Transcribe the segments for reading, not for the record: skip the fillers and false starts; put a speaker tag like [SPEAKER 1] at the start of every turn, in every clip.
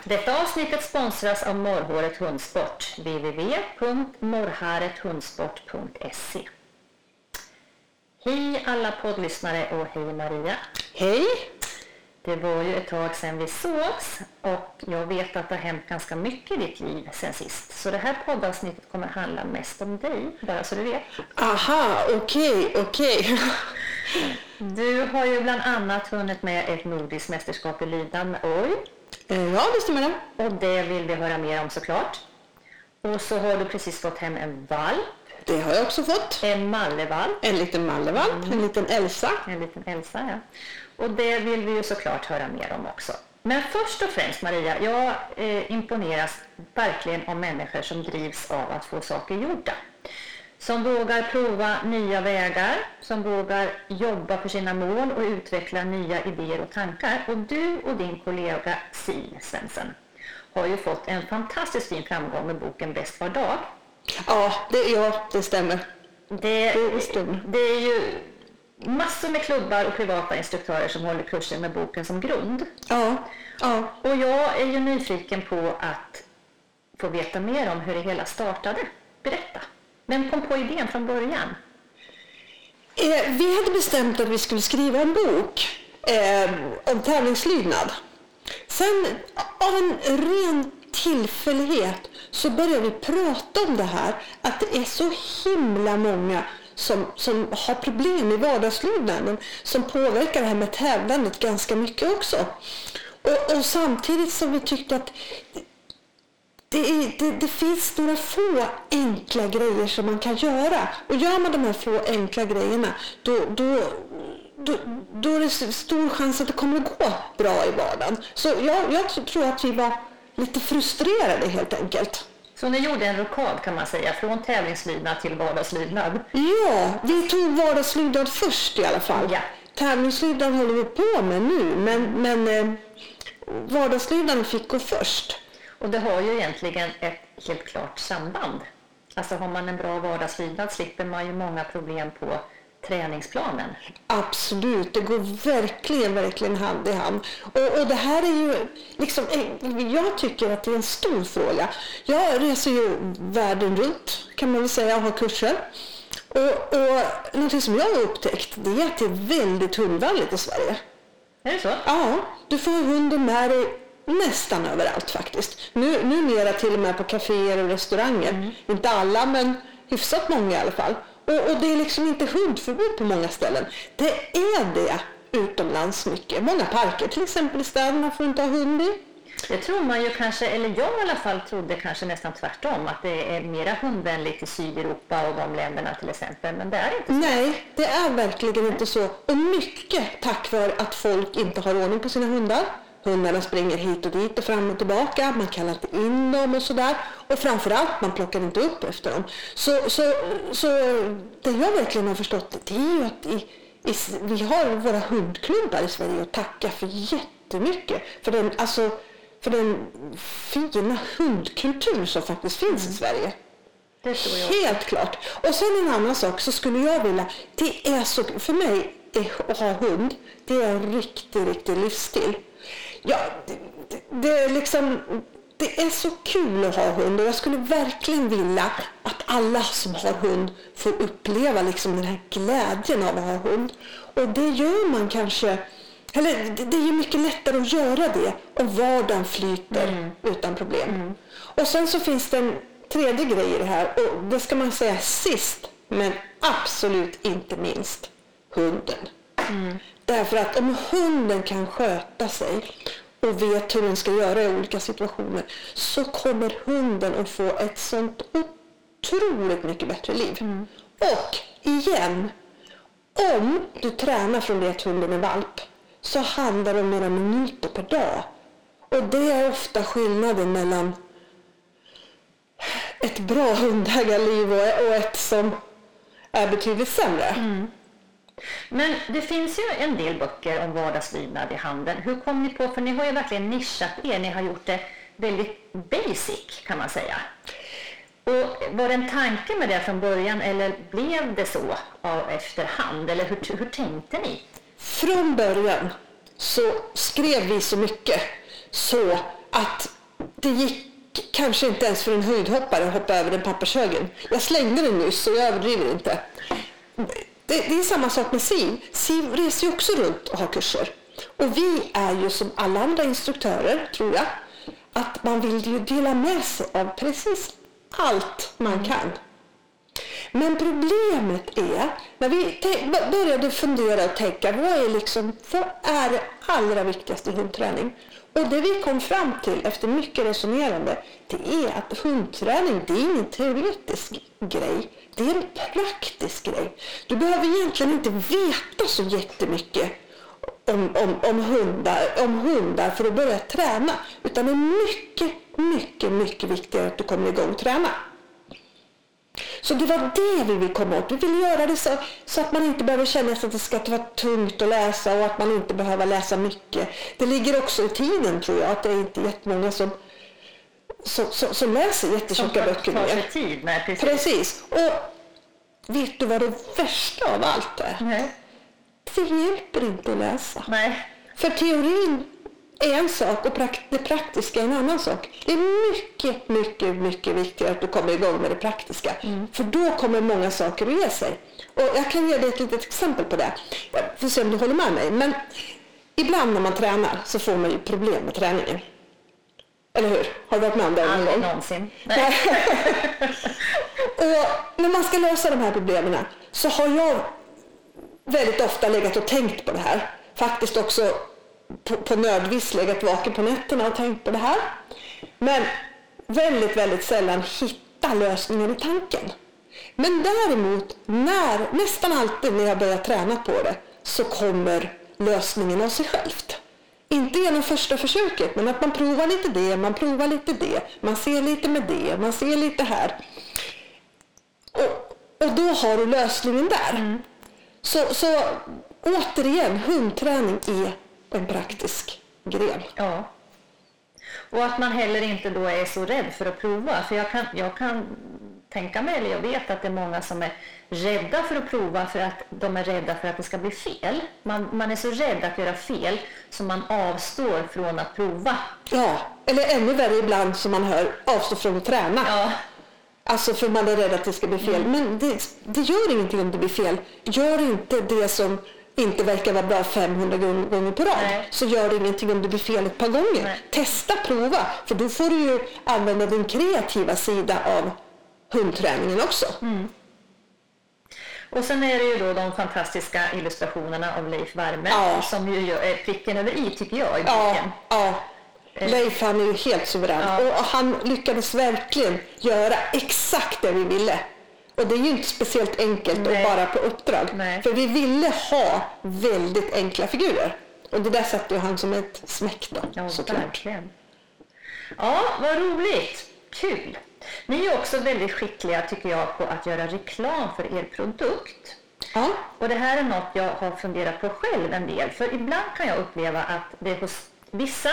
[SPEAKER 1] Detta avsnittet sponsras av Morrhåret Hundsport. www.morrharethundsport.se. Hej alla poddlyssnare och hej Maria.
[SPEAKER 2] Hej!
[SPEAKER 1] Det var ju ett tag sedan vi sågs och jag vet att det har hänt ganska mycket i ditt liv sen sist. Så det här poddavsnittet kommer handla mest om dig, bara så du vet.
[SPEAKER 2] Aha, okej.
[SPEAKER 1] Du har ju bland annat hunnit med ett nordiskt mästerskap i lydnad med Oj.
[SPEAKER 2] Ja, det stämmer det.
[SPEAKER 1] Och det vill vi höra mer om såklart. Och så har du precis fått hem en valp.
[SPEAKER 2] Det har jag också fått.
[SPEAKER 1] En mallevalp.
[SPEAKER 2] En liten mallevalp, en liten Elsa.
[SPEAKER 1] En liten Elsa, ja. Och det vill vi ju såklart höra mer om också. Men först och främst Maria, jag imponeras verkligen av människor som drivs av att få saker gjorda. Som vågar prova nya vägar, som vågar jobba för sina mål och utveckla nya idéer och tankar. Och du och din kollega Siv Svensson har ju fått en fantastiskt fin framgång med boken Bäst var dag.
[SPEAKER 2] Ja, det stämmer.
[SPEAKER 1] Det är ju massor med klubbar och privata instruktörer som håller kurser med boken som grund.
[SPEAKER 2] Ja.
[SPEAKER 1] Och jag är ju nyfiken på att få veta mer om hur det hela startade. Berätta. Vem kom på idén från början?
[SPEAKER 2] Vi hade bestämt att vi skulle skriva en bok om tävlingslydnad. Sen av en ren tillfällighet så började vi prata om det här. Att det är så himla många som har problem i vardagslydnaden som påverkar det här med tävlandet ganska mycket också. Och samtidigt som vi tyckte att det finns några få enkla grejer som man kan göra. Och gör man de här få enkla grejerna då är det stor chans att det kommer att gå bra i vardagen. Så jag tror att vi var lite frustrerade helt enkelt.
[SPEAKER 1] Så ni gjorde en rokad kan man säga, från tävlingslydnad till vardagslydnad?
[SPEAKER 2] Ja, vi tog vardagslydnad först i alla fall.
[SPEAKER 1] Ja.
[SPEAKER 2] Tävlingslydnad håller vi på med nu, men vardagslydnad fick gå först.
[SPEAKER 1] Och det har ju egentligen ett helt klart samband. Alltså har man en bra vardagslydnad slipper man ju många problem på träningsplanen.
[SPEAKER 2] Absolut, det går verkligen hand i hand. Och det här är ju liksom, jag tycker att det är en stor fråga. Jag reser ju världen runt kan man väl säga och har kurser. Och något som jag har upptäckt det är att det är väldigt hundvänligt i Sverige.
[SPEAKER 1] Är det så?
[SPEAKER 2] Ja, du får hunden med dig nästan överallt faktiskt. Numera till och med på kaféer och restauranger. Inte alla men hyfsat många i alla fall. Och det är liksom inte hundförbud på många ställen. Det är det utomlands mycket. Många parker till exempel i städerna får inte ha hund i.
[SPEAKER 1] Det tror man ju kanske, eller jag i alla fall trodde kanske nästan tvärtom. Att det är mera hundvänligt i Sydeuropa och de länderna till exempel. Men det är inte så.
[SPEAKER 2] Nej, det är verkligen inte så. Och mycket tack vare att folk inte har ordning på sina hundar. Hundarna springer hit och dit och fram och tillbaka. Man kallar inte in dem och sådär. Och framförallt, man plockar inte upp efter dem. Så det jag verkligen har förstått det är ju att vi har våra hundklubbar i Sverige att tacka för jättemycket. För den fina hundkultur som faktiskt finns i Sverige.
[SPEAKER 1] Det tror jag.
[SPEAKER 2] Helt klart. Och sen en annan sak så skulle jag vilja, det är så, för mig att ha hund, det är en riktig livsstil. Ja, det är liksom, det är så kul att ha hund och jag skulle verkligen vilja att alla som har hund får uppleva liksom den här glädjen av att ha hund. Och det gör man kanske, eller det är ju mycket lättare att göra det och vardagen flyter utan problem. Och sen så finns det en tredje grej i det här och det ska man säga sist men absolut inte minst, hunden. Därför att om hunden kan sköta sig och vet hur den ska göra i olika situationer så kommer hunden att få ett sånt otroligt mycket bättre liv. Och igen, om du tränar från det att hunden är valp så handlar det om några minuter per dag. Och det är ofta skillnaden mellan ett bra hundägarliv och ett som är betydligt sämre.
[SPEAKER 1] Men det finns ju en del böcker om vardagslydnad i handeln. Hur kom ni på, för ni har ju verkligen nischat er, ni har gjort det väldigt basic kan man säga. Och var det en tanke med det från början eller blev det så av efterhand? Eller hur tänkte ni?
[SPEAKER 2] Från början så skrev vi så mycket så att det gick kanske inte ens för en höjdhoppare att hoppa över den pappershögen. Jag slängde den nyss så jag överdriver inte. Det är samma sak med SIV. SIV reser ju också runt och har kurser. Och vi är ju som alla andra instruktörer, tror jag, att man vill ju dela med sig av precis allt man kan. Men problemet är, när vi började fundera och tänka, vad är det allra viktigaste i hundträning? Och det vi kom fram till efter mycket resonerande, det är att hundträning, det är ingen teoretisk grej. Det är en praktisk grej. Du behöver egentligen inte veta så jättemycket om hundar för att börja träna. Utan det är mycket viktigare att du kommer igång och träna. Så det var det vi vill komma åt. Vi vill göra det så att man inte behöver känna att det ska vara tungt att läsa och att man inte behöver läsa mycket. Det ligger också i tiden, tror jag, att det är inte jättemånga som läser jättetjocka böcker.
[SPEAKER 1] Som tar sig tid. Nej,
[SPEAKER 2] precis. Och vet du vad det värsta av allt är?
[SPEAKER 1] Nej.
[SPEAKER 2] Det hjälper inte att läsa.
[SPEAKER 1] Nej.
[SPEAKER 2] För teorin är en sak och det praktiska är en annan sak. Det är mycket viktigare att du kommer igång med det praktiska. För då kommer många saker att ge sig. Och jag kan ge dig ett litet exempel på det. Jag får se om du håller med mig. Men ibland när man tränar så får man ju problem med träningen. Eller hur? Har du varit med om det någon gång?
[SPEAKER 1] Någonsin. Nej.
[SPEAKER 2] Och när man ska lösa de här problemen så har jag väldigt ofta legat och tänkt på det här. Faktiskt också på nödvis legat vaken på nätterna och tänkt på det här. Men väldigt sällan hitta lösningen i tanken. Men däremot, nästan alltid när jag börjar träna på det så kommer lösningen av sig självt. Inte genom första försöket, men att man provar lite det, man provar lite det, man ser lite med det, man ser lite här. Och då har du lösningen där. Så återigen, hundträning är en praktisk gren.
[SPEAKER 1] Ja. Och att man heller inte då är så rädd för att prova. För jag kan tänka mig, eller jag vet att det är många som är rädda för att prova för att de är rädda för att det ska bli fel. Man är så rädd att göra fel så man avstår från att prova.
[SPEAKER 2] Ja, eller ännu värre ibland som man hör avstå från att träna.
[SPEAKER 1] Ja.
[SPEAKER 2] Alltså för man är rädd att det ska bli fel. Men det gör ingenting om det blir fel. Gör inte det som inte verkar vara bra 500 gånger på rad.
[SPEAKER 1] Nej.
[SPEAKER 2] Så gör det ingenting om det blir fel ett par gånger.
[SPEAKER 1] Nej.
[SPEAKER 2] Testa, prova. För då får du ju använda din kreativa sida av hundträningen också.
[SPEAKER 1] Och sen är det ju då de fantastiska illustrationerna av Leif Värme som ju är pricken över i, tycker jag, i boken.
[SPEAKER 2] Ja. Leif, han är ju helt suverän.
[SPEAKER 1] Ja.
[SPEAKER 2] Och han lyckades verkligen göra exakt det vi ville. Och det är ju inte speciellt enkelt och bara på uppdrag.
[SPEAKER 1] Nej.
[SPEAKER 2] För vi ville ha väldigt enkla figurer. Och det där satte ju han som ett smäck då.
[SPEAKER 1] Ja,
[SPEAKER 2] såklart.
[SPEAKER 1] verkligen. Ja, vad roligt. Kul. Ni är också väldigt skickliga, tycker jag, på att göra reklam för er produkt.
[SPEAKER 2] Ja.
[SPEAKER 1] Och det här är något jag har funderat på själv en del. För ibland kan jag uppleva att det hos vissa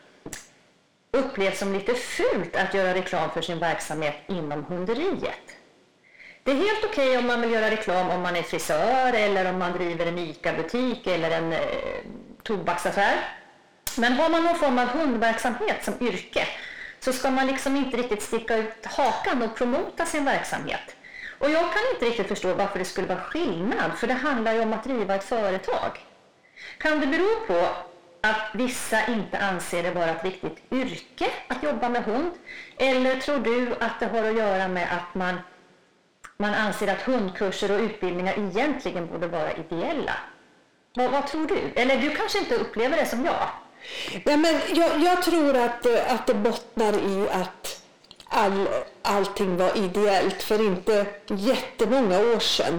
[SPEAKER 1] upplevs som lite fult att göra reklam för sin verksamhet inom hunderiet. Det är helt okej om man vill göra reklam om man är frisör eller om man driver en ICA-butik eller en tobaksaffär. Men har man någon form av hundverksamhet som yrke så ska man liksom inte riktigt sticka ut hakan och promota sin verksamhet. Och jag kan inte riktigt förstå varför det skulle vara skillnad, för det handlar ju om att driva ett företag. Kan det bero på att vissa inte anser det vara ett riktigt yrke att jobba med hund? Eller tror du att det har att göra med att man anser att hundkurser och utbildningar egentligen borde vara ideella? Vad tror du? Eller du kanske inte upplever det som jag?
[SPEAKER 2] Nej, men jag tror att det bottnar i att allting var ideellt för inte jättemånga år sedan.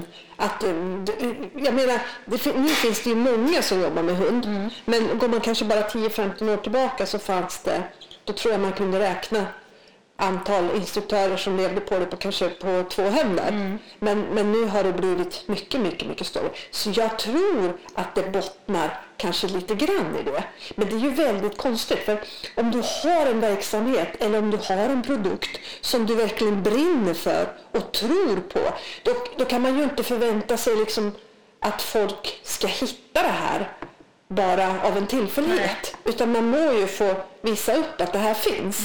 [SPEAKER 2] Jag menar, nu finns det ju många som jobbar med hund. Men går man kanske bara 10-15 år tillbaka så fanns det, då tror jag man kunde räkna antal instruktörer som levde på det kanske på 2 händer. Men nu har det blivit mycket större. Så jag tror att det bottnar kanske lite grann i det. Men det är ju väldigt konstigt, för om du har en verksamhet eller om du har en produkt som du verkligen brinner för och tror på, då kan man ju inte förvänta sig liksom att folk ska hitta det här bara av en tillfällighet. Utan man må ju få visa upp att det här finns.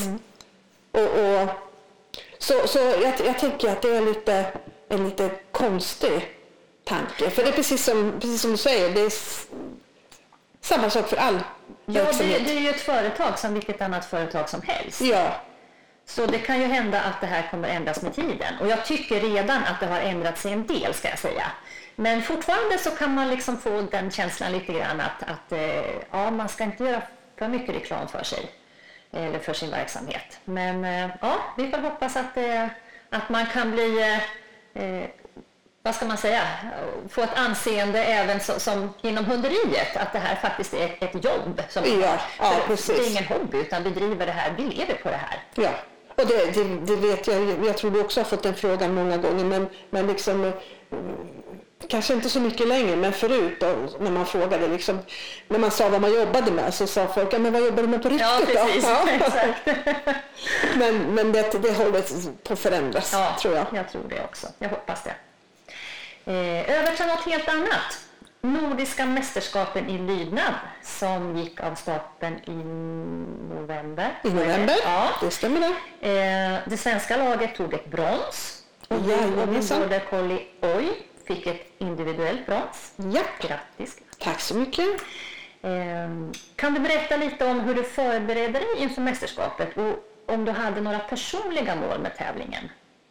[SPEAKER 2] Så jag tänker att det är en lite konstig tanke. För det är precis som du säger, det är samma sak för all verksamhet.
[SPEAKER 1] Det är ju ett företag som vilket annat företag som helst.
[SPEAKER 2] Ja.
[SPEAKER 1] Så det kan ju hända att det här kommer ändras med tiden. Och jag tycker redan att det har ändrat sig en del, ska jag säga. Men fortfarande så kan man liksom få den känslan lite grann att man ska inte göra för mycket reklam för sig. Eller för sin verksamhet. Men vi får hoppas att man kan bli, vad ska man säga, få ett anseende även som inom hunderiet. Att det här faktiskt är ett jobb. Som
[SPEAKER 2] precis.
[SPEAKER 1] Det är ingen hobby utan vi driver det här, vi lever på det här.
[SPEAKER 2] Ja, och det vet jag tror du också har fått den frågan många gånger. Men liksom, kanske inte så mycket längre, men förut då, när man frågade liksom, när man sa vad man jobbade med så sa folk, men vad jobbar du med på riktigt?
[SPEAKER 1] Ja, precis.
[SPEAKER 2] Ja.
[SPEAKER 1] Exakt.
[SPEAKER 2] men det håller på att förändras, tror jag.
[SPEAKER 1] Jag tror det också. Jag hoppas det. Över till något helt annat. Nordiska mästerskapen i lydnad som gick av stapeln i november.
[SPEAKER 2] I november?
[SPEAKER 1] Ja.
[SPEAKER 2] Det stämmer det.
[SPEAKER 1] Det svenska laget tog ett brons. Och Border Collie Oj fick ett individuellt brons.
[SPEAKER 2] Ja.
[SPEAKER 1] Grattis.
[SPEAKER 2] Tack så mycket.
[SPEAKER 1] Kan du berätta lite om hur du förberedde dig inför mästerskapet och om du hade några personliga mål med tävlingen?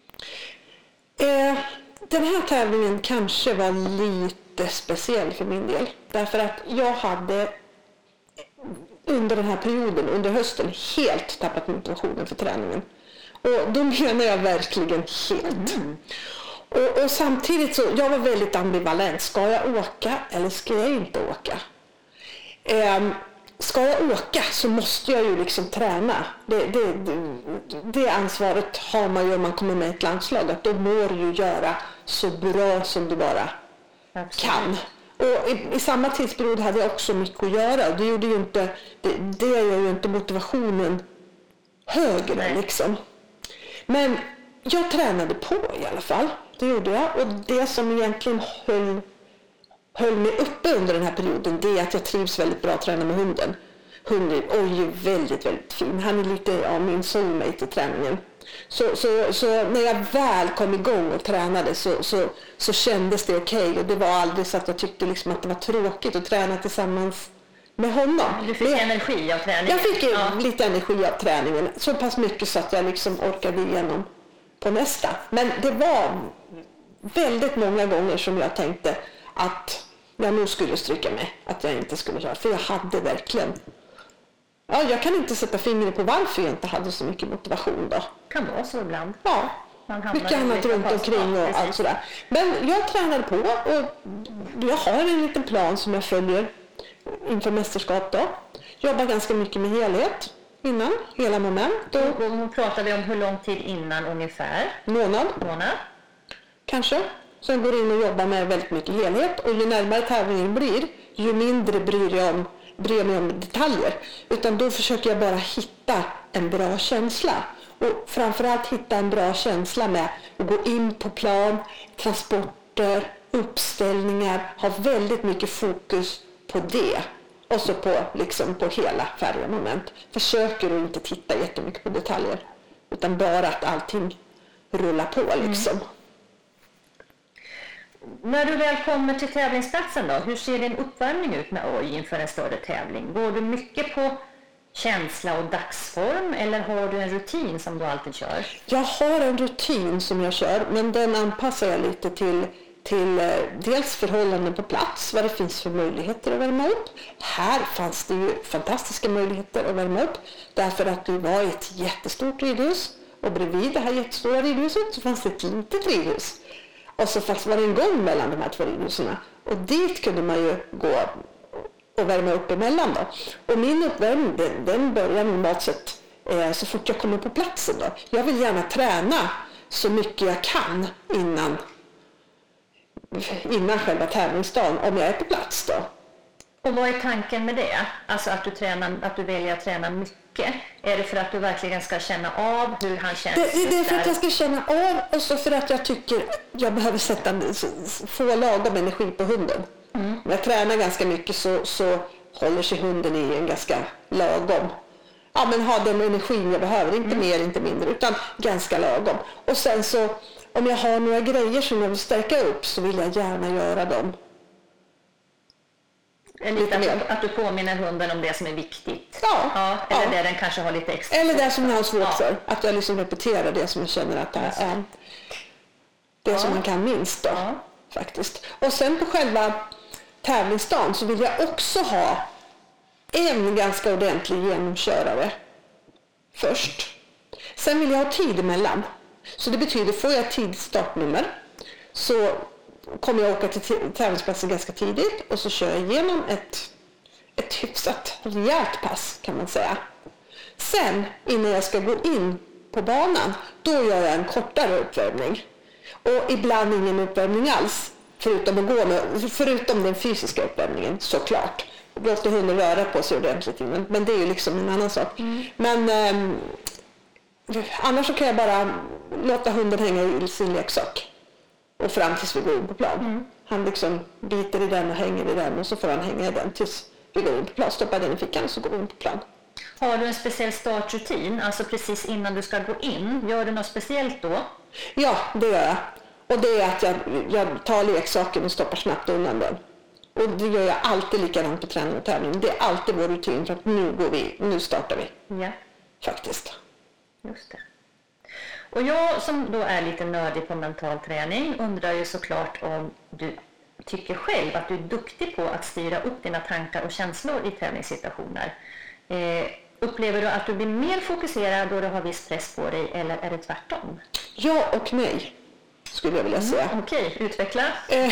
[SPEAKER 2] Den här tävlingen kanske var lite speciell för min del. Därför att jag hade under den här perioden, under hösten, helt tappat motivationen för träningen. Och då menar jag verkligen helt. Och samtidigt så, jag var väldigt ambivalent. Ska jag åka eller ska jag inte åka? Ska jag åka så måste jag ju liksom träna. Det ansvaret har man ju om man kommer med ett landslag. Att då må du ju göra så bra som du bara kan. Och i samma tidsperiod hade jag också mycket att göra. Det gjorde ju inte, det gör ju inte motivationen högre liksom. Men jag tränade på i alla fall. Det gjorde jag. Och det som egentligen höll mig uppe under den här perioden, det är att jag trivs väldigt bra att träna med hunden. Hunden är väldigt, väldigt fin. Han är lite av min soulmate i träningen. Så när jag väl kom igång och tränade så kändes det okej. Och det var aldrig så att jag tyckte liksom att det var tråkigt att träna tillsammans med honom.
[SPEAKER 1] Du fick energi av träningen?
[SPEAKER 2] Jag fick lite energi av träningen. Så pass mycket så att jag liksom orkade igenom på nästa. Men det var väldigt många gånger som jag tänkte att jag nog skulle stryka mig. Att jag inte skulle köra. För jag hade verkligen... Ja, jag kan inte sätta fingret på varför jag inte hade så mycket motivation då.
[SPEAKER 1] Kan vara så ibland.
[SPEAKER 2] Ja, mycket annat runt omkring och allt sådär. Men jag tränade på och jag har en liten plan som jag följer inför mästerskap då. Jobbar ganska mycket med helhet innan, hela moment.
[SPEAKER 1] Och nu pratar vi om hur lång tid innan ungefär?
[SPEAKER 2] Månad. Kanske. Sen går in och jobbar med väldigt mycket helhet. Och ju närmare tävlingen blir, ju mindre bryr jag mig om detaljer. Utan då försöker jag bara hitta en bra känsla. Och framförallt hitta en bra känsla med att gå in på plan, transporter, uppställningar. Ha väldigt mycket fokus på det. Och så på hela färdiga moment. Försöker att inte titta jättemycket på detaljer. Utan bara att allting rullar på liksom.
[SPEAKER 1] När du väl kommer till tävlingsplatsen då, hur ser din uppvärmning ut med Oj inför en större tävling? Går du mycket på känsla och dagsform eller har du en rutin som du alltid kör? Jag
[SPEAKER 2] har en rutin som jag kör, men den anpassar jag lite till dels förhållanden på plats, vad det finns för möjligheter att värma upp. Här fanns det ju fantastiska möjligheter att värma upp därför att vi var i ett jättestort ridhus och bredvid det här jättestora ridhuset så fanns det ett litet ridhus. Och så faktiskt var det en gång mellan de här två ridhusen. Och dit kunde man ju gå och värma upp emellan då. Och min uppvärmning den börjar normalt sett så fort jag kommer på platsen då. Jag vill gärna träna så mycket jag kan innan själva tävlingsdagen om jag är på plats då.
[SPEAKER 1] Och vad är tanken med det? Alltså att du väljer att träna mycket. Är det för att du verkligen ska känna av hur han känns?
[SPEAKER 2] Det är för att jag ska känna av och så för att jag tycker jag behöver få lagom energi på hunden. När jag tränar ganska mycket så håller sig hunden i en ganska lagom. Ja, men ha den energin jag behöver, inte mer, inte mindre, utan ganska lagom. Och sen så, om jag har några grejer som jag vill stärka upp så vill jag gärna göra dem.
[SPEAKER 1] Lite att du påminner hunden om det som är viktigt.
[SPEAKER 2] Ja.
[SPEAKER 1] Eller det den kanske har lite extra.
[SPEAKER 2] Eller det som jag har svårt för. Att jag liksom repeterar det som jag känner att det är det som man kan minst då. Faktiskt. Och sen på själva tävlingsdagen så vill jag också ha en ganska ordentlig genomkörare först. Sen vill jag ha tid emellan. Så det betyder, får jag tidsstartnummer så kommer jag åka till tävlingsplatsen ganska tidigt och så kör jag igenom ett hyfsat rejält pass kan man säga. Sen innan jag ska gå in på banan, då gör jag en kortare uppvärmning. Och ibland ingen uppvärmning alls, förutom den fysiska uppvärmningen såklart. Låter hunden röra på sig ordentligt, men det är ju liksom en annan sak. Men annars så kan jag bara låta hunden hänga i sin leksak och fram tills vi går in på plan. Han liksom biter i den och hänger i den och så får han hänga i den tills vi går in på plan. Stoppar den i fickan och så går vi in på plan.
[SPEAKER 1] Har du en speciell startrutin, alltså precis innan du ska gå in? Gör du något speciellt då? Ja,
[SPEAKER 2] det gör jag. Och det är att jag tar leksaken och stoppar snabbt undan den. Och det gör jag alltid likadant på träning och tävling. Det är alltid vår rutin för att nu startar vi.
[SPEAKER 1] Ja.
[SPEAKER 2] Faktiskt.
[SPEAKER 1] Just det. Och jag som då är lite nördig på mental träning undrar ju såklart om du tycker själv att du är duktig på att styra upp dina tankar och känslor i tävlingssituationer. Upplever du att du blir mer fokuserad då du har viss press på dig eller är det tvärtom?
[SPEAKER 2] Ja och nej, skulle jag vilja säga.
[SPEAKER 1] Okej, utveckla.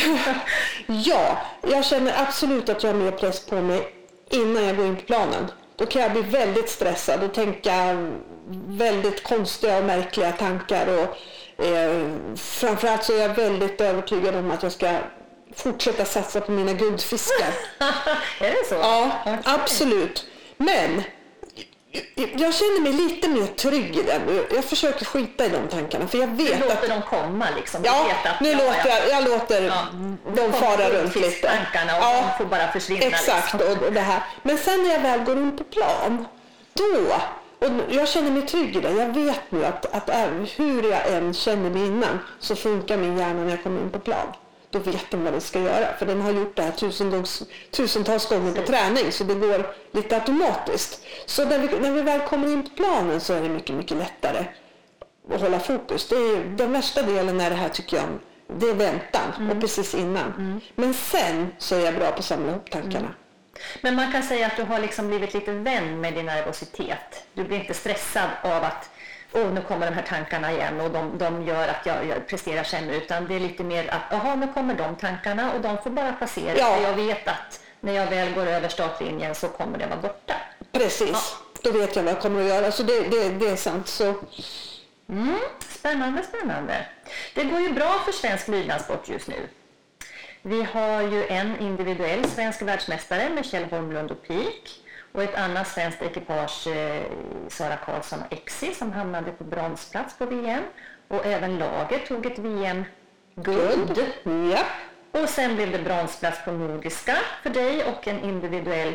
[SPEAKER 2] Ja, jag känner absolut att jag har mer press på mig innan jag går in på planen. Då kan jag bli väldigt stressad och tänka väldigt konstiga och märkliga tankar. Och, framförallt så är jag väldigt övertygad om att jag ska fortsätta satsa på mina guldfiskar.
[SPEAKER 1] Är det så?
[SPEAKER 2] Ja, okay. Absolut. Men jag känner mig lite mer trygg i den. Jag försöker skita i de tankarna. För jag vet
[SPEAKER 1] du låter dem komma liksom.
[SPEAKER 2] Ja, nu låter jag låter dem fara runt lite.
[SPEAKER 1] Tankarna och de får bara försvinna.
[SPEAKER 2] Exakt, liksom. och det här. Men sen när jag väl går in på plan, då, och jag känner mig trygg i det. Jag vet nu att hur jag än känner mig innan så funkar min hjärna när jag kommer in på plan. Då vet den vad den ska göra. För den har gjort det här tusentals gånger på träning. Så det går lite automatiskt. Så när vi väl kommer in på planen så är det mycket, mycket lättare att hålla fokus. Det är, den värsta delen är det här tycker jag. Det är väntan och precis innan. Men sen så är jag bra på att samla ihop tankarna.
[SPEAKER 1] Men man kan säga att du har liksom blivit lite vän med din nervositet. Du blir inte stressad av att nu kommer de här tankarna igen och de gör att jag presterar sämre, utan det är lite mer att nu kommer de tankarna och de får bara passera. Ja. För jag vet att när jag väl går över startlinjen så kommer det vara borta.
[SPEAKER 2] Precis, Då vet jag vad jag kommer att göra, så det är sant. Så.
[SPEAKER 1] Spännande. Det går ju bra för svensk lydnadssport just nu. Vi har ju en individuell svensk världsmästare med Kjell Holmlund och Pik. Och ett annat svenskt ekipage, Sara Karlsson och Exi, som hamnade på bronsplats på VM. Och även laget tog ett VM-guld.
[SPEAKER 2] Ja.
[SPEAKER 1] Och sen blev det bronsplats på nordiska för dig och en individuell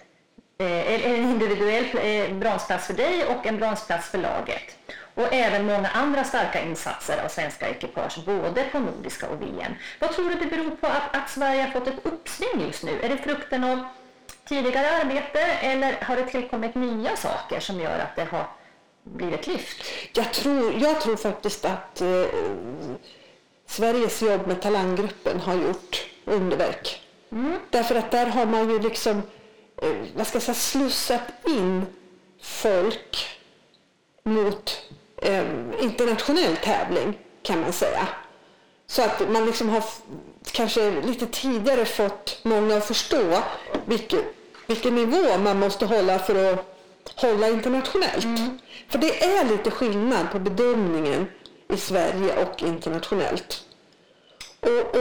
[SPEAKER 1] bronsplats för dig och en bronsplats för laget. Och även många andra starka insatser av svenska ekipage, både på nordiska och VM. Vad tror du det beror på att Sverige har fått ett uppsving just nu? Är det frukten av tidigare arbete eller har det tillkommit nya saker som gör att det har blivit lyft?
[SPEAKER 2] Jag tror faktiskt att Sveriges jobb med talanggruppen har gjort underverk. Därför att där har man ju liksom slussat in folk mot internationell tävling kan man säga. Så att man liksom har kanske lite tidigare fått många att förstå vilken nivå man måste hålla för att hålla internationellt. För det är lite skillnad på bedömningen i Sverige och internationellt. Och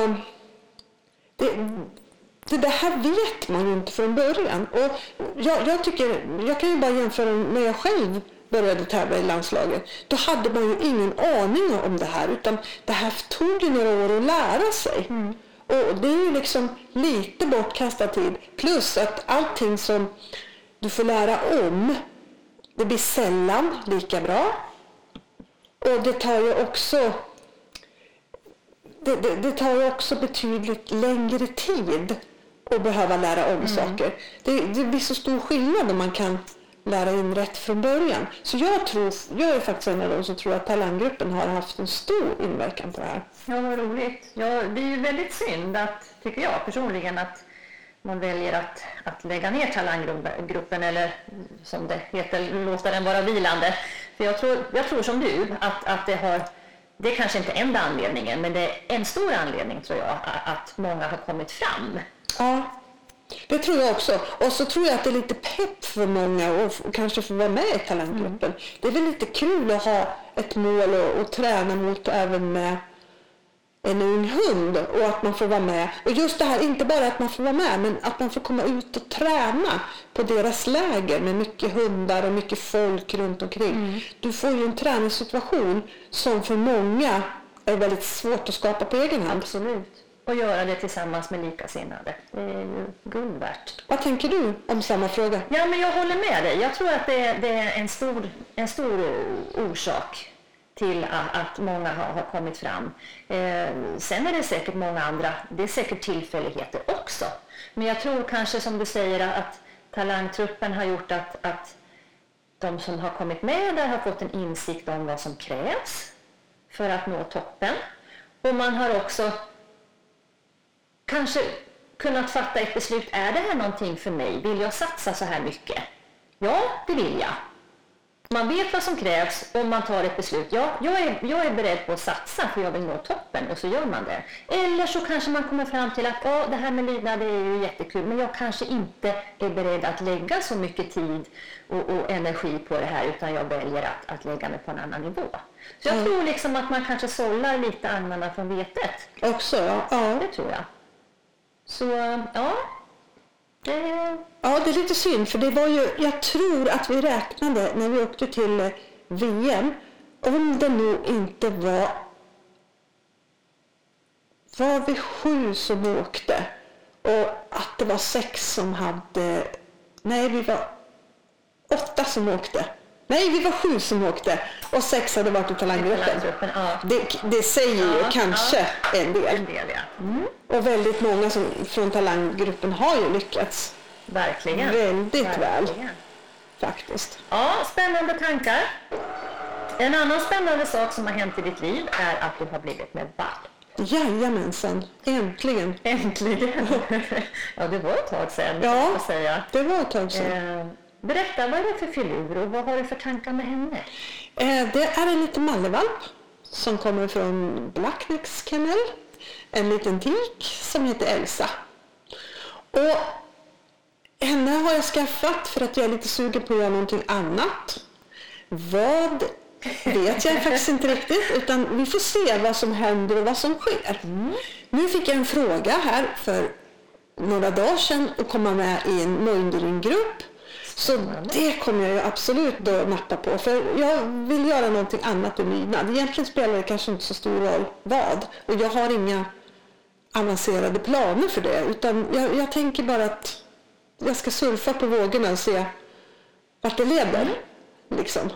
[SPEAKER 2] det här vet man ju inte från början. Och jag kan ju bara jämföra när jag själv började tävla i landslaget. Då hade man ju ingen aning om det här, utan det här tog ju några år att lära sig. Och det är ju liksom lite bortkastad tid. Plus att allting som du får lära om, det blir sällan lika bra. Och det tar ju också det tar ju också betydligt längre tid att behöva lära om saker. Det blir så stor skillnad om man kan lära in rätt från början. Så jag är faktiskt en av dem som tror att talanggruppen har haft en stor inverkan på det här.
[SPEAKER 1] Ja, vad roligt. Ja, det är ju väldigt synd tycker jag personligen, att man väljer att lägga ner talanggruppen, eller som det heter, låta den vara vilande. För jag tror som du att det är kanske inte enda anledningen, men det är en stor anledning, tror jag, att många har kommit fram.
[SPEAKER 2] Ja, det tror jag också. Och så tror jag att det är lite pepp för många och kanske få vara med i talanggruppen. Det är väl lite kul att ha ett mål och träna mot även med en ung hund, och att man får vara med. Och just det här, inte bara att man får vara med, men att man får komma ut och träna på deras läger med mycket hundar och mycket folk runt omkring. Du får ju en träningssituation som för många är väldigt svårt att skapa på egen hand.
[SPEAKER 1] Absolut. Och göra det tillsammans med likasinnade. Det är ju guld värt.
[SPEAKER 2] Vad tänker du om samma fråga?
[SPEAKER 1] Ja, men jag håller med dig. Jag tror att det är en stor orsak till att många har kommit fram. Sen är det säkert många andra, det är säkert tillfälligheter också. Men jag tror kanske, som du säger, att talangtruppen har gjort att de som har kommit med där har fått en insikt om vad som krävs för att nå toppen. Och man har också kanske kunnat fatta ett beslut. Är det här någonting för mig? Vill jag satsa så här mycket? Ja, det vill jag. Man vet vad som krävs och man tar ett beslut. Ja, jag är beredd på att satsa för jag vill nå toppen, och så gör man det. Eller så kanske man kommer fram till att det här med lydnad är ju jättekul, men jag kanske inte är beredd att lägga så mycket tid och energi på det här, utan jag väljer att lägga mig på en annan nivå. Så jag tror liksom att man kanske sållar lite agnarna från vetet.
[SPEAKER 2] Också, ja.
[SPEAKER 1] Det tror jag. Så, ja.
[SPEAKER 2] Ja, det är lite synd, för det var ju, jag tror att vi räknade när vi åkte till VM, om det nu inte var vi 7 som åkte, och att det var 6 som hade, nej, vi var 8 som åkte. Nej, vi var 7 som åkte och 6 hade varit i talanggruppen.
[SPEAKER 1] Ja.
[SPEAKER 2] Det säger ju kanske en del. Och väldigt många från talanggruppen har ju lyckats.
[SPEAKER 1] Verkligen.
[SPEAKER 2] Väldigt väl. Faktiskt.
[SPEAKER 1] Ja, spännande tankar. En annan spännande sak som har hänt i ditt liv är att du har blivit med valp.
[SPEAKER 2] Jajamensan, äntligen.
[SPEAKER 1] Äntligen. Ja, det var ett tag sedan.
[SPEAKER 2] Ja,
[SPEAKER 1] säga.
[SPEAKER 2] Det var ett tag sedan.
[SPEAKER 1] Berätta, vad är det för filur och vad har du för tankar med henne?
[SPEAKER 2] Det är en liten mallevalp som kommer från Blacknecks kennel. En liten tik som heter Elsa. Och henne har jag skaffat för att jag är lite sugen på att göra någonting annat. Vad vet jag faktiskt inte riktigt, utan vi får se vad som händer och vad som sker. Nu fick jag en fråga här för några dagar sedan att komma med i en Moindering-grupp. Så det kommer jag ju absolut att nappa på, för jag vill göra någonting annat än lydnad. Egentligen spelar det kanske inte så stor roll vad, och jag har inga avancerade planer för det, utan jag tänker bara att jag ska surfa på vågorna och se vart det leder. Liksom.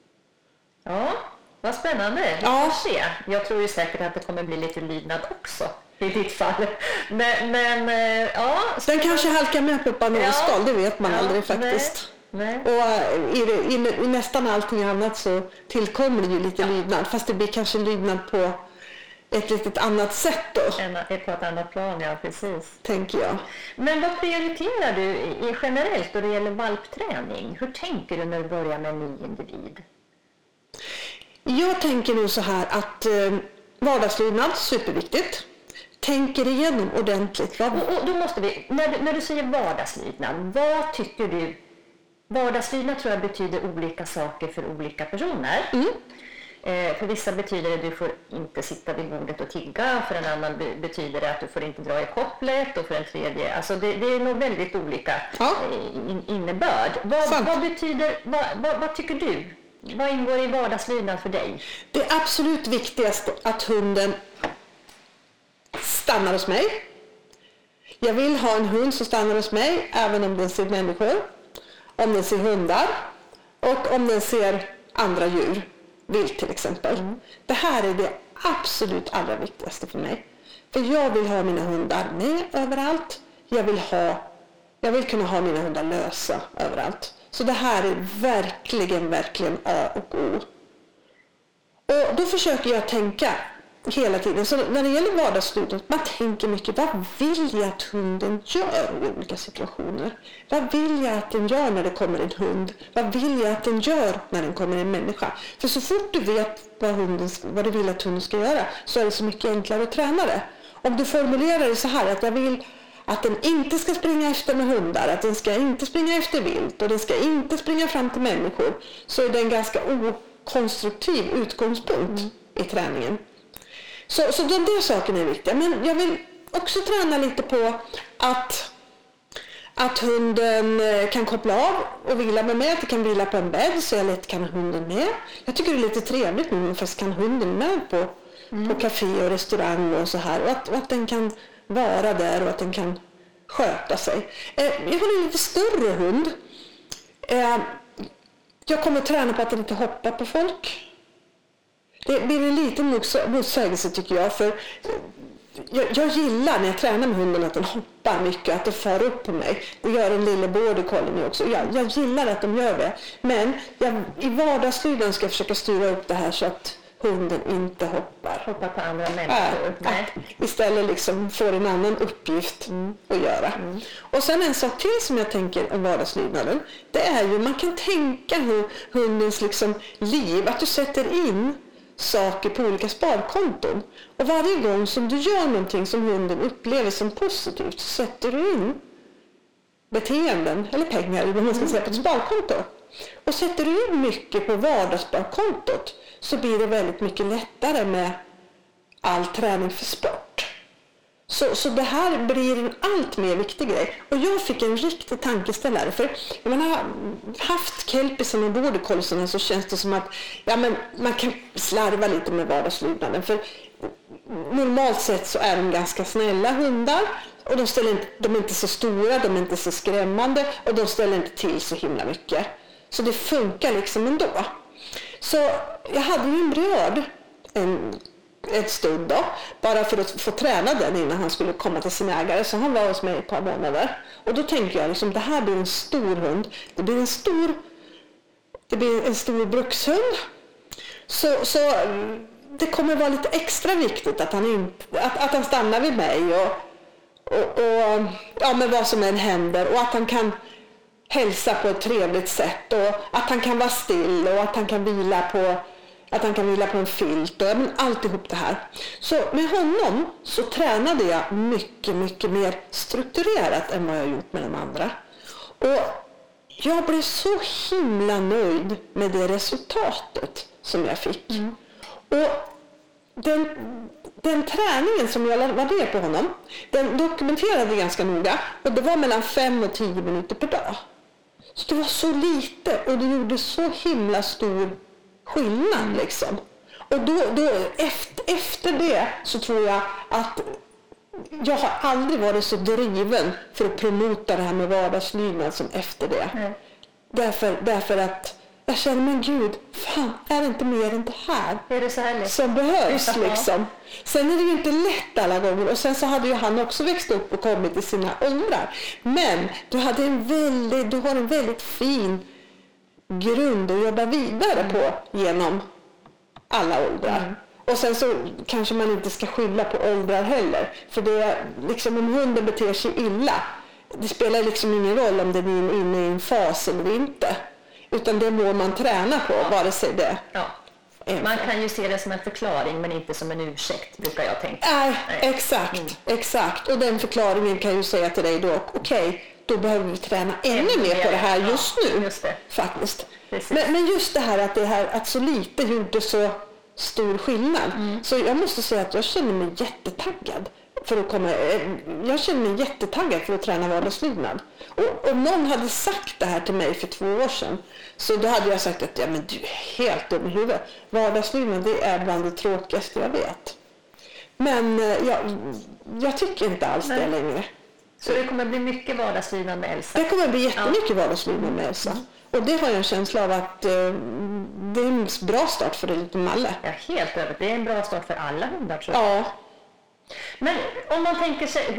[SPEAKER 1] Ja, vad spännande. Vi får se. Jag tror ju säkert att det kommer bli lite lydnad också i ditt fall. Men ja.
[SPEAKER 2] Den kanske halkar med på bananskal, det vet man aldrig faktiskt.
[SPEAKER 1] Nej.
[SPEAKER 2] Och i nästan allting annat så tillkommer det ju lite lydnad, fast det blir kanske lydnad på ett litet annat sätt då.
[SPEAKER 1] På ett annat plan, ja, precis.
[SPEAKER 2] Tänker jag.
[SPEAKER 1] Men vad prioriterar du generellt då det gäller valpträning? Hur tänker du när du börjar med en ny individ?
[SPEAKER 2] Jag tänker nu så här att vardagslydnad, superviktigt. Tänker igenom ordentligt.
[SPEAKER 1] Och då måste vi, när du säger vardagslydnad, vad tycker du? Vardagslydnad tror jag betyder olika saker för olika personer. För vissa betyder det att du får inte sitta vid bordet och tigga, för en annan betyder det att du får inte dra i kopplet, och för en tredje, alltså det är nog väldigt olika innebörd. Vad tycker du? Vad ingår i vardagslydnad för dig?
[SPEAKER 2] Det absolut viktigaste att hunden stannar hos mig. Jag vill ha en hund som stannar hos mig även om den ser människor, om den ser hundar och om den ser andra djur, vilt till exempel. Det här är det absolut allra viktigaste för mig. För jag vill ha mina hundar med överallt. Jag vill kunna ha mina hundar lösa överallt. Så det här är verkligen, verkligen A och O. Och då försöker jag tänka hela tiden. Så när det gäller vardagsstudion, man tänker mycket, vad vill jag att hunden gör i olika situationer? Vad vill jag att den gör när det kommer en hund? Vad vill jag att den gör när den kommer en människa? För så fort du vet vad du vill att hunden ska göra så är det så mycket enklare att träna det. Om du formulerar det så här att jag vill att den inte ska springa efter med hundar, att den ska inte springa efter vilt och den ska inte springa fram till människor, så är det en ganska okonstruktiv utgångspunkt i träningen. Så de där sakerna är viktiga. Men jag vill också träna lite på att hunden kan koppla av och vila med mig, att det kan vila på en bädd så jag lätt kan ha hunden med. Jag tycker det är lite trevligt nu fast kan hunden med på café och restaurang och så här, och att den kan vara där och att den kan sköta sig. Jag har en lite större hund. Jag kommer att träna på att den inte hoppar på folk. Det blir en liten motsägelse tycker jag, för jag gillar när jag tränar med hunden att den hoppar mycket, att den far upp på mig. Det gör en lille border collie också. Jag gillar att de gör det. Men i vardagsstudion ska jag försöka styra upp det här så att hunden inte hoppar
[SPEAKER 1] på andra människor.
[SPEAKER 2] Istället liksom får en annan uppgift att göra. Och sen en sak till som jag tänker om vardagslydnaden, det är ju man kan tänka hur hundens liksom liv, att du sätter in saker på olika sparkonton. Och varje gång som du gör någonting som hunden upplever som positivt så sätter du in beteenden eller pengar, eller vad man ska säga, på ett sparkonto. Och sätter du in mycket på vardagssparkontot så blir det väldigt mycket lättare med all träning för sport. Så det här blir en allt mer viktig grej. Och jag fick en riktig tankeställare. För när man har haft kelpisen och border colliesarna så känns det som att man kan slarva lite med vardagslydnaden. För normalt sett så är de ganska snälla hundar. Och de är inte så stora, de är inte så skrämmande. Och de ställer inte till så himla mycket. Så det funkar liksom ändå. Så jag hade ju en bröd ett stund då, bara för att få träna den innan han skulle komma till sin ägare. Så han var hos mig ett par månader. Och då tänkte jag liksom, det här blir en stor hund. Det blir en stor brukshund. Så det kommer vara lite extra viktigt att han stannar vid mig och med vad som än händer, och att han kan hälsa på ett trevligt sätt, och att han kan vara still, och att han kan vila på en filt, och alltihop det här. Så med honom så tränade jag mycket, mycket mer strukturerat än vad jag gjort med de andra. Och jag blev så himla nöjd med det resultatet som jag fick. Och den träningen som jag var på honom, den dokumenterade ganska noga, och det var mellan 5 och 10 minuter per dag. Så det var så lite, och det gjorde så himla stor skillnad liksom. Och då efter det så tror jag att jag har aldrig varit så driven för att promota det här med vardagslydnad som efter det. Därför att jag känner, men gud, fan, är det inte mer än det här
[SPEAKER 1] är det så härligt
[SPEAKER 2] som behövs liksom. Sen är det ju inte lätt alla gånger, och sen så hade ju han också växt upp och kommit i sina åldrar. Men du har en väldigt fin grund att jobba vidare på genom alla åldrar. Och sen så kanske man inte ska skylla på åldrar heller. För det är liksom, om hunden beter sig illa, det spelar liksom ingen roll om den är inne i en fas eller inte. Utan det må man träna på, vare sig det.
[SPEAKER 1] Ja. Man kan ju se det som en förklaring men inte som en ursäkt, brukar jag tänka.
[SPEAKER 2] Nej. Exakt. Och den förklaringen kan ju säga till dig då, okej, då behöver vi träna ännu mer på det här just nu.
[SPEAKER 1] Just det.
[SPEAKER 2] Faktiskt. Men just det här att så lite gjorde så stor skillnad. Så jag måste säga att jag känner mig jättetaggad för att träna vardagslydnad. Och om någon hade sagt det här till mig för 2 år sedan, så då hade jag sagt att du är helt dum i huvudet. Vardagslydnad, det är bland det tråkigaste jag vet. Men jag tycker inte alls det längre.
[SPEAKER 1] Så det kommer bli mycket vardagslydnad med Elsa?
[SPEAKER 2] Det kommer bli jättemycket vardagslydnad med Elsa. Och det har jag en känsla av att det är en bra start för det lite Malle.
[SPEAKER 1] Ja, helt övrigt. Det är en bra start för alla hundar, tror jag.
[SPEAKER 2] Ja.
[SPEAKER 1] Men om man tänker sig,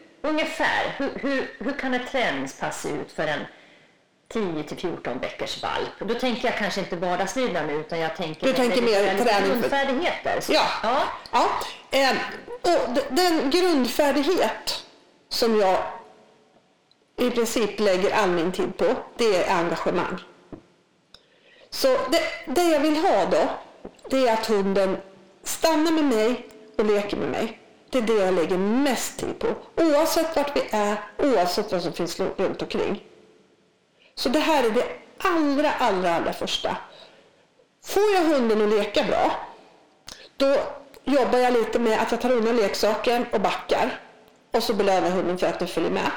[SPEAKER 1] hur kan ett träningspass se ut för en 10-14 veckors valp? Då tänker jag kanske inte vardagslydnad nu, utan jag tänker...
[SPEAKER 2] Du tänker mer träning?
[SPEAKER 1] Grundfärdigheter.
[SPEAKER 2] Ja. Och den grundfärdighet som jag i princip lägger all min tid på, det är engagemang. Så det jag vill ha då, det är att hunden stannar med mig och leker med mig. Det är det jag lägger mest tid på. Oavsett vart vi är, oavsett vad som finns runt omkring. Så det här är det allra första. Får jag hunden att leka bra, då jobbar jag lite med att jag tar undan leksaken och backar. Och så belönar hunden för att den följer med.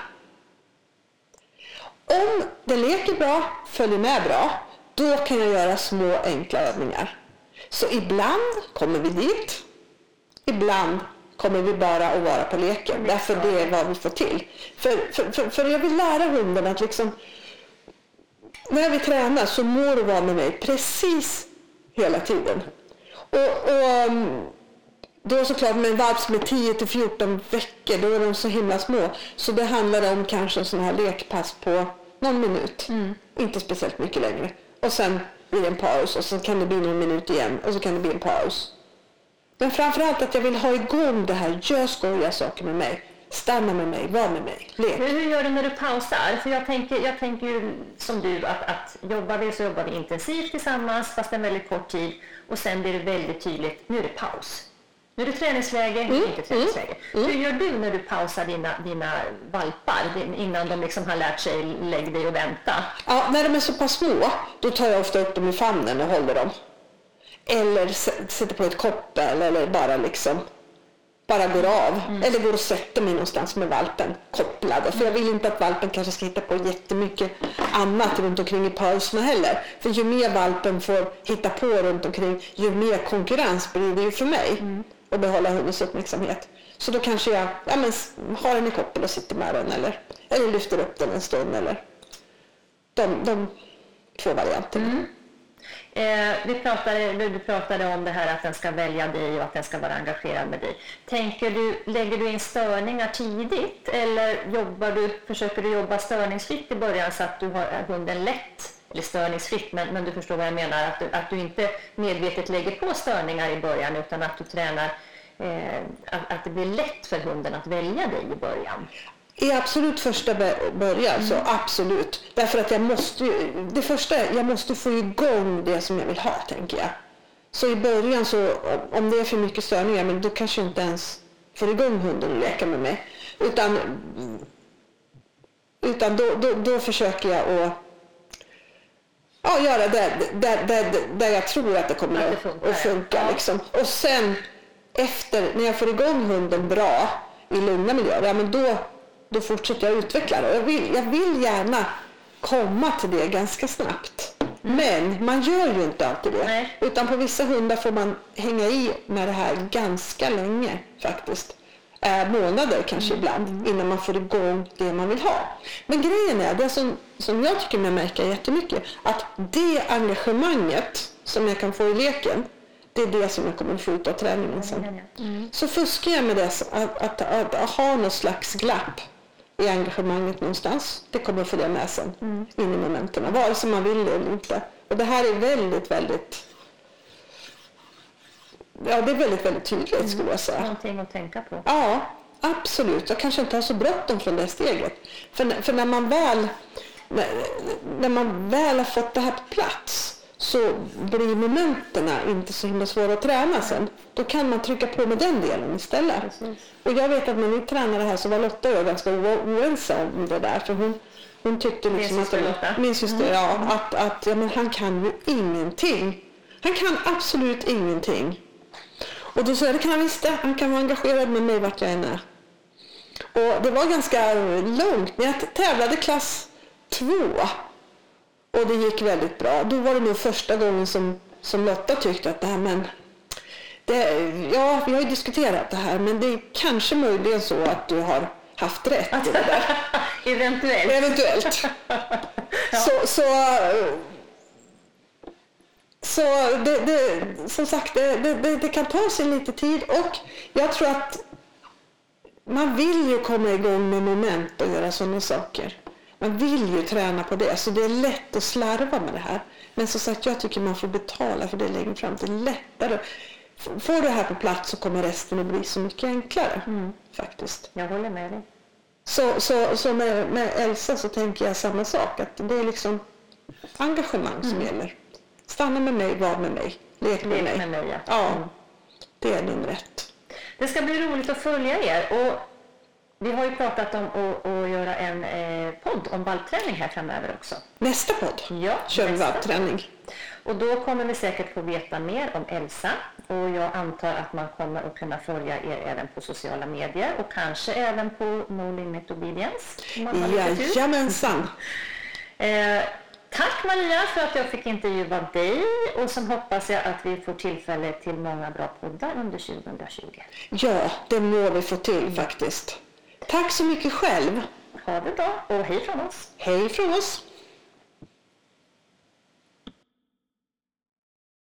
[SPEAKER 2] Om den leker bra, följer med bra, då kan jag göra små enkla övningar. Så ibland kommer vi dit. Ibland kommer vi bara att vara på leken. Därför det är vad vi får till. För jag vill lära hunden att liksom, när vi tränar så må du vara med mig precis hela tiden. Och då såklart med en valp som är 10-14 veckor, då är de så himla små. Så det handlar om kanske en sån här lekpass på någon minut. Inte speciellt mycket längre. Och sen blir det en paus och så kan det bli någon minut igen och så kan det bli en paus. Men framförallt att jag vill ha igång det här, gör skojiga saker med mig. Stanna med mig, var med mig, lek.
[SPEAKER 1] Hur gör du när du pausar? För jag tänker ju som du att jobbar vi så jobbar vi intensivt tillsammans fast en väldigt kort tid och sen blir det väldigt tydligt, nu är det paus. Nu är det träningsläge, inte träningsläge. Hur gör du när du pausar dina valpar innan de liksom har lärt sig lägg dig och vänta? Ja,
[SPEAKER 2] när de är så pass små, då tar jag ofta upp dem i famnen och håller dem. Eller sätter på ett koppel eller bara går av. Eller går och sätter mig någonstans med valpen kopplad. För jag vill inte att valpen kanske ska hitta på jättemycket annat runt omkring i pauserna heller. För ju mer valpen får hitta på runt omkring, ju mer konkurrens blir det ju för mig. Och behålla hundens uppmärksamhet. Så då kanske jag har den i koppel och sitter med den. Eller lyfter upp den en stund. Eller de två varianterna.
[SPEAKER 1] Du pratade om det här att den ska välja dig och att den ska vara engagerad med dig. Lägger du in störningar tidigt eller försöker du jobba störningsfritt i början så att du har hunden lätt, eller störningsfritt, men du förstår vad jag menar, att du inte medvetet lägger på störningar i början utan att du tränar att det blir lätt för hunden att välja dig i början?
[SPEAKER 2] I absolut första början, så absolut. Därför att jag måste få igång det som jag vill ha, tänker jag. Så i början, så om det är för mycket störningar, men då kanske jag inte ens får igång hunden och leka med mig. Utan då försöker jag att göra det där jag tror att det kommer att funka. Liksom. Och sen efter, när jag får igång hunden bra i lugna miljöer, men då fortsätter jag utveckla det. Jag vill gärna komma till det ganska snabbt. Men man gör ju inte alltid det.
[SPEAKER 1] Nej.
[SPEAKER 2] Utan på vissa hundar får man hänga i med det här ganska länge faktiskt. Månader kanske ibland innan man får igång det man vill ha. Men grejen är, det som jag tycker mig märka jättemycket, att det engagemanget som jag kan få i leken, det är det som jag kommer att få ut av träningen sen. Så fuskar jag med det, att ha någon slags glapp i engagemanget någonstans. Det kommer att få det med sen in i momenten, vare sig man vill det eller inte. Och det här är väldigt, väldigt tydligt, skulle jag säga.
[SPEAKER 1] Någonting att tänka på.
[SPEAKER 2] Ja, absolut. Jag kanske inte har så bråttom från det steget. För när man väl har fått det här på plats, så blir momenterna inte så himla svåra att träna sen. Då kan man trycka på med den delen istället. Precis. Och jag vet att när vi tränade här så var Lotta och jag ganska oense om det där. För hon tyckte liksom min syster, att men han kan ju ingenting. Han kan absolut ingenting. Och då sa jag, det kan han visst det. Han kan vara engagerad med mig vart jag än är. Och det var ganska långt. Men jag tävlade klass 2. Och det gick väldigt bra. Då var det nog första gången som Lotta tyckte att Ja, vi har ju diskuterat det här, men det är kanske möjligen så att du har haft rätt i det där. Eventuellt. Ja. Så som sagt, det kan ta sig lite tid, och jag tror att man vill ju komma igång med moment och göra sådana saker. Man vill ju träna på det, så det är lätt att slarva med det här. Men som sagt, jag tycker man får betala för det längre fram. Det är lättare. Får du här på plats så kommer resten att bli så mycket enklare. Faktiskt.
[SPEAKER 1] Jag håller med dig.
[SPEAKER 2] Så med Elsa så tänker jag samma sak. Att det är liksom engagemang som gäller. Stanna med mig, var med mig. Lek med mig. Ja, det är din rätt.
[SPEAKER 1] Det ska bli roligt att följa er. Och vi har ju pratat om att göra en podd om valpträning här framöver också.
[SPEAKER 2] Nästa podd kör vi valpträning.
[SPEAKER 1] Och då kommer vi säkert få veta mer om Elsa. Och jag antar att man kommer att kunna följa er även på sociala medier. Och kanske även på No Limit Obedience.
[SPEAKER 2] Jajamensan.
[SPEAKER 1] Tack Maria för att jag fick intervjua dig. Och så hoppas jag att vi får tillfälle till många bra poddar under 2020.
[SPEAKER 2] Ja, det må vi få till faktiskt. Tack så mycket själv.
[SPEAKER 1] Ha det bra och hej från oss.
[SPEAKER 2] Hej från oss.